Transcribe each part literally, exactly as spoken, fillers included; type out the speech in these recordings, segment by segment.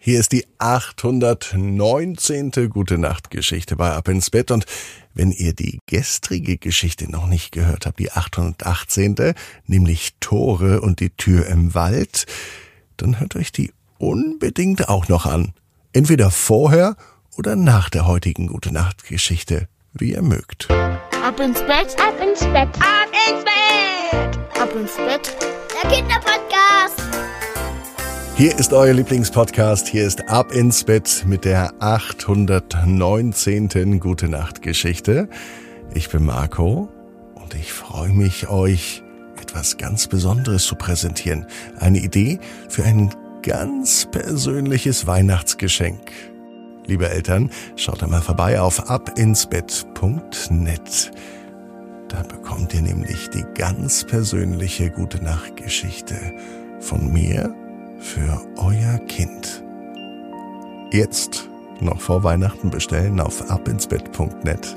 Hier ist die achthundertneunzehnte Gute-Nacht-Geschichte bei Ab ins Bett. Und wenn ihr die gestrige Geschichte noch nicht gehört habt, die achthundertachtzehnte, nämlich Tore und die Tür im Wald, dann hört euch die unbedingt auch noch an. Entweder vorher oder nach der heutigen Gute-Nacht-Geschichte, wie ihr mögt. Ab ins Bett, ab ins Bett, ab ins Bett, ab ins Bett, der Kinderpodcast. Hier ist euer Lieblingspodcast, hier ist Ab ins Bett mit der achthundertneunzehnten Gute-Nacht-Geschichte. Ich bin Marco und ich freue mich, euch etwas ganz Besonderes zu präsentieren. Eine Idee für ein ganz persönliches Weihnachtsgeschenk. Liebe Eltern, schaut einmal vorbei auf abinsbett punkt net. Da bekommt ihr nämlich die ganz persönliche Gute-Nacht-Geschichte von mir für euer Kind. Jetzt noch vor Weihnachten bestellen auf abinsbett punkt net.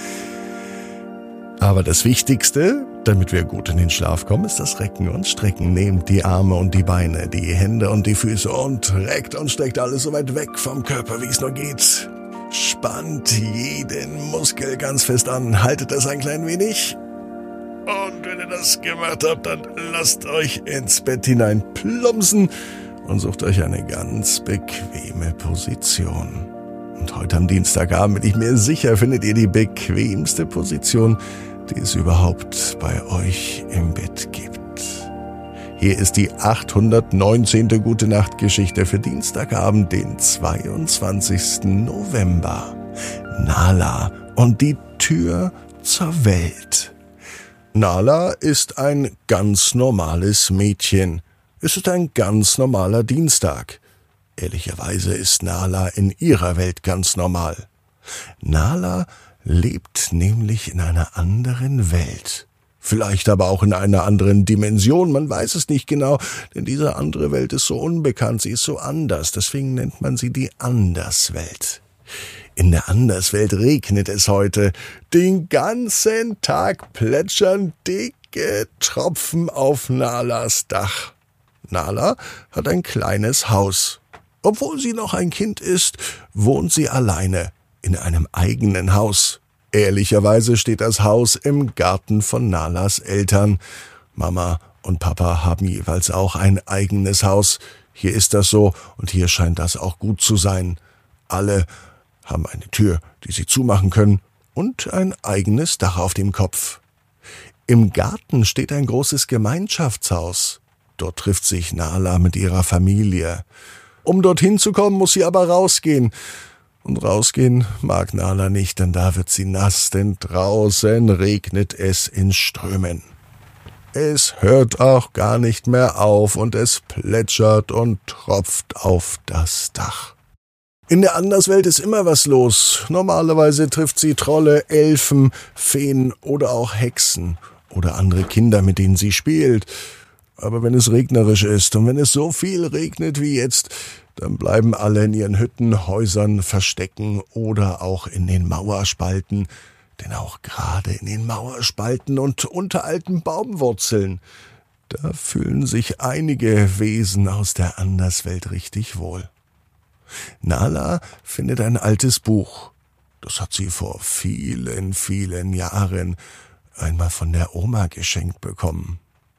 Aber das Wichtigste, damit wir gut in den Schlaf kommen, ist das Recken und Strecken. Nehmt die Arme und die Beine, die Hände und die Füße und reckt und streckt alles so weit weg vom Körper, wie es nur geht. Spannt jeden Muskel ganz fest an, haltet das ein klein wenig. Und wenn ihr das gemacht habt, dann lasst euch ins Bett hinein plumpsen und sucht euch eine ganz bequeme Position. Und heute am Dienstagabend bin ich mir sicher, findet ihr die bequemste Position, die es überhaupt bei euch im Bett gibt. Hier ist die achthundertneunzehnte Gute-Nacht-Geschichte für Dienstagabend, den zweiundzwanzigsten November. Nala und die Tür zur Welt. Nala ist ein ganz normales Mädchen. Es ist ein ganz normaler Dienstag. Ehrlicherweise ist Nala in ihrer Welt ganz normal. Nala lebt nämlich in einer anderen Welt. Vielleicht aber auch in einer anderen Dimension, man weiß es nicht genau, denn diese andere Welt ist so unbekannt, sie ist so anders, deswegen nennt man sie die Anderswelt. In der Anderswelt regnet es heute. Den ganzen Tag plätschern dicke Tropfen auf Nalas Dach. Nala hat ein kleines Haus. Obwohl sie noch ein Kind ist, wohnt sie alleine in einem eigenen Haus. Ehrlicherweise steht das Haus im Garten von Nalas Eltern. Mama und Papa haben jeweils auch ein eigenes Haus. Hier ist das so und hier scheint das auch gut zu sein. Alle haben eine Tür, die sie zumachen können und ein eigenes Dach auf dem Kopf. Im Garten steht ein großes Gemeinschaftshaus. Dort trifft sich Nala mit ihrer Familie. Um dorthin zu kommen, muss sie aber rausgehen. Und rausgehen mag Nala nicht, denn da wird sie nass, denn draußen regnet es in Strömen. Es hört auch gar nicht mehr auf und es plätschert und tropft auf das Dach. In der Anderswelt ist immer was los. Normalerweise trifft sie Trolle, Elfen, Feen oder auch Hexen oder andere Kinder, mit denen sie spielt. Aber wenn es regnerisch ist und wenn es so viel regnet wie jetzt, dann bleiben alle in ihren Hütten, Häusern verstecken oder auch in den Mauerspalten. Denn auch gerade in den Mauerspalten und unter alten Baumwurzeln, da fühlen sich einige Wesen aus der Anderswelt richtig wohl. Nala findet ein altes Buch. Das hat sie vor vielen, vielen Jahren einmal von der Oma geschenkt bekommen.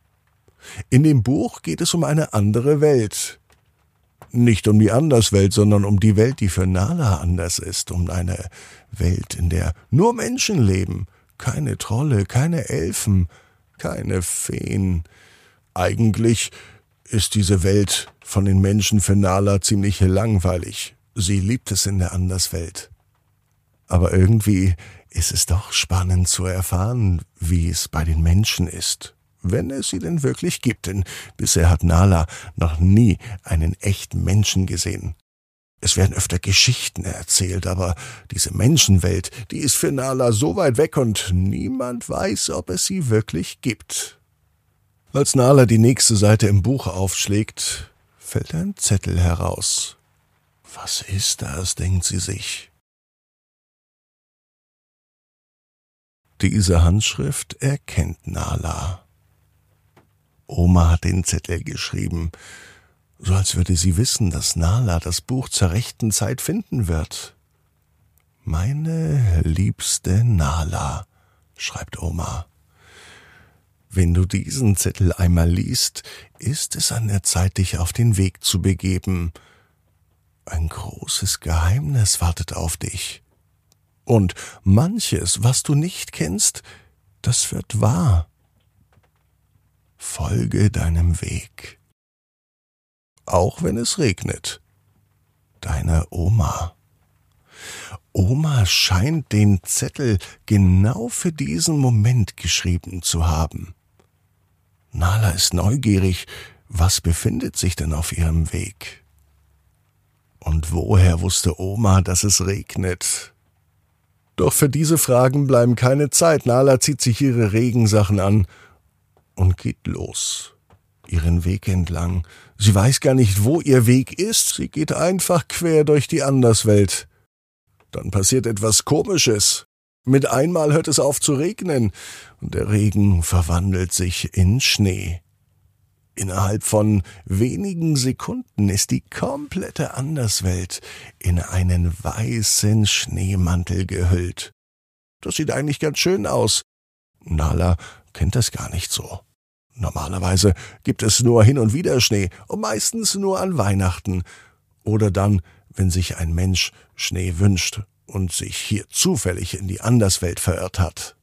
In dem Buch geht es um eine andere Welt. Nicht um die Anderswelt, sondern um die Welt, die für Nala anders ist. Um eine Welt, in der nur Menschen leben. Keine Trolle, keine Elfen, keine Feen. Eigentlich ist diese Welt von den Menschen für Nala ziemlich langweilig. Sie liebt es in der Anderswelt. Aber irgendwie ist es doch spannend zu erfahren, wie es bei den Menschen ist. Wenn es sie denn wirklich gibt, denn bisher hat Nala noch nie einen echten Menschen gesehen. Es werden öfter Geschichten erzählt, aber diese Menschenwelt, die ist für Nala so weit weg und niemand weiß, ob es sie wirklich gibt. Als Nala die nächste Seite im Buch aufschlägt, fällt ein Zettel heraus. Was ist das, denkt sie sich. Diese Handschrift erkennt Nala. Oma hat den Zettel geschrieben. so als würde sie wissen, dass Nala das Buch zur rechten Zeit finden wird. »Meine liebste Nala«, schreibt Oma, »wenn du diesen Zettel einmal liest, ist es an der Zeit, dich auf den Weg zu begeben. Ein großes Geheimnis wartet auf dich. Und manches, was du nicht kennst, das wird wahr. Folge deinem Weg. Auch wenn es regnet. Deine Oma.« Oma scheint den Zettel genau für diesen Moment geschrieben zu haben. Nala ist neugierig, was befindet sich denn auf ihrem Weg? Und woher wusste Oma, dass es regnet? Doch für diese Fragen bleiben keine Zeit. Nala zieht sich ihre Regensachen an und geht los, ihren Weg entlang. Sie weiß gar nicht, wo ihr Weg ist. Sie geht einfach quer durch die Anderswelt. Dann passiert etwas Komisches. Mit einmal hört es auf zu regnen und der Regen verwandelt sich in Schnee. Innerhalb von wenigen Sekunden ist die komplette Anderswelt in einen weißen Schneemantel gehüllt. Das sieht eigentlich ganz schön aus. Nala kennt das gar nicht so. Normalerweise gibt es nur hin und wieder Schnee und meistens nur an Weihnachten oder dann, wenn sich ein Mensch Schnee wünscht und sich hier zufällig in die Anderswelt verirrt hat.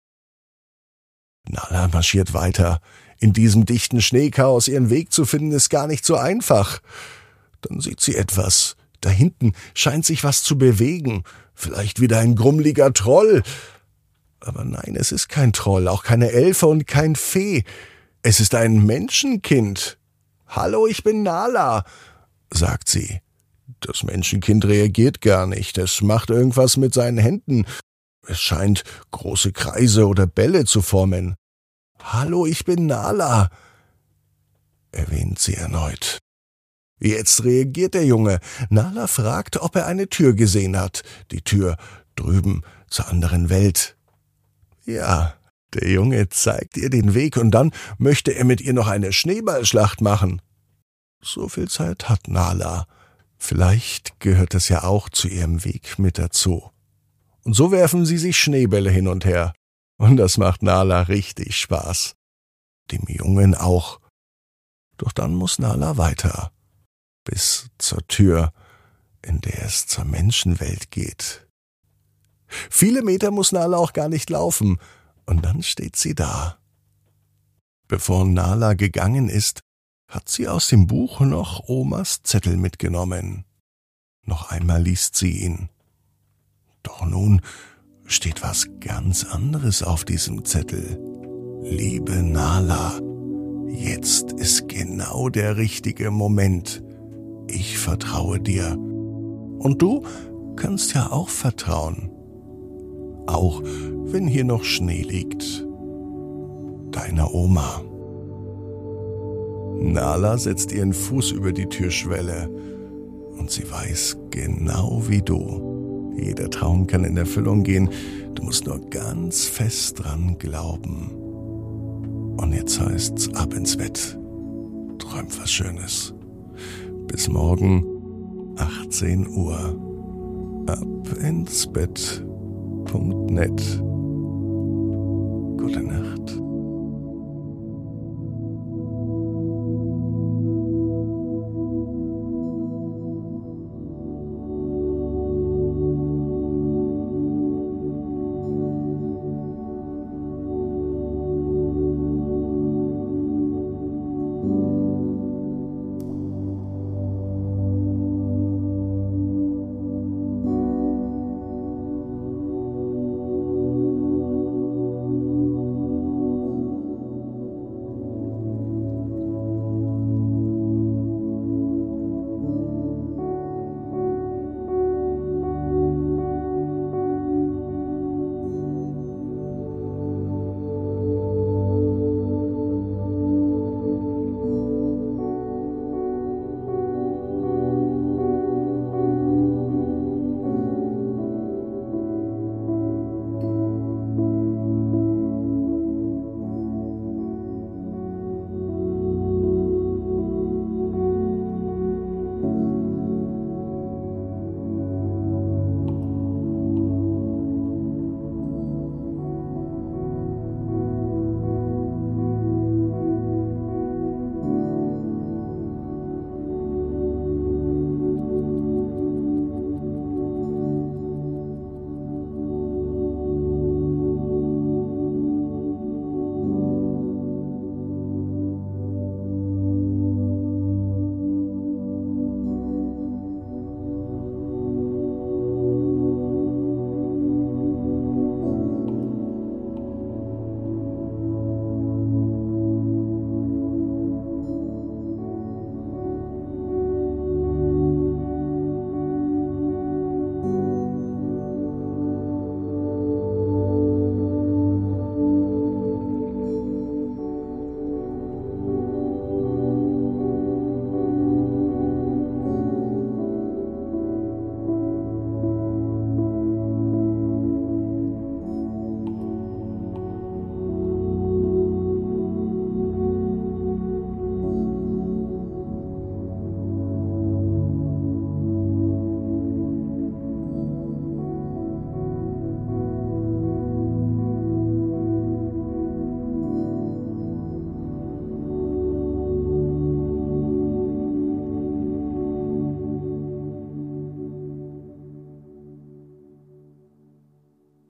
Nala marschiert weiter. In diesem dichten Schneechaos ihren Weg zu finden, ist gar nicht so einfach. Dann sieht sie etwas. Da hinten scheint sich was zu bewegen. Vielleicht wieder ein grummeliger Troll. Aber nein, es ist kein Troll, auch keine Elfe und kein Fee. Es ist ein Menschenkind. »Hallo, ich bin Nala«, sagt sie. Das Menschenkind reagiert gar nicht. Es macht irgendwas mit seinen Händen. Es scheint große Kreise oder Bälle zu formen. »Hallo, ich bin Nala«, erwähnt sie erneut. Jetzt reagiert der Junge. Nala fragt, ob er eine Tür gesehen hat. Die Tür drüben zur anderen Welt. Ja, der Junge zeigt ihr den Weg und dann möchte er mit ihr noch eine Schneeballschlacht machen. So viel Zeit hat Nala. Vielleicht gehört es ja auch zu ihrem Weg mit dazu. Und so werfen sie sich Schneebälle hin und her. Und das macht Nala richtig Spaß. Dem Jungen auch. Doch dann muss Nala weiter. Bis zur Tür, in der es zur Menschenwelt geht. Viele Meter muss Nala auch gar nicht laufen. Und dann steht sie da. Bevor Nala gegangen ist, hat sie aus dem Buch noch Omas Zettel mitgenommen. Noch einmal liest sie ihn. Doch nun steht was ganz anderes auf diesem Zettel. Liebe Nala, jetzt ist genau der richtige Moment. Ich vertraue dir. Und du kannst ja auch vertrauen. Auch wenn hier noch Schnee liegt. Deine Oma. Nala setzt ihren Fuß über die Türschwelle und sie weiß genau wie du. Jeder Traum kann in Erfüllung gehen, du musst nur ganz fest dran glauben. Und jetzt heißt's ab ins Bett. Träum was Schönes. Bis morgen, achtzehn Uhr. Ab ins Bett. Punkt net. Gute Nacht.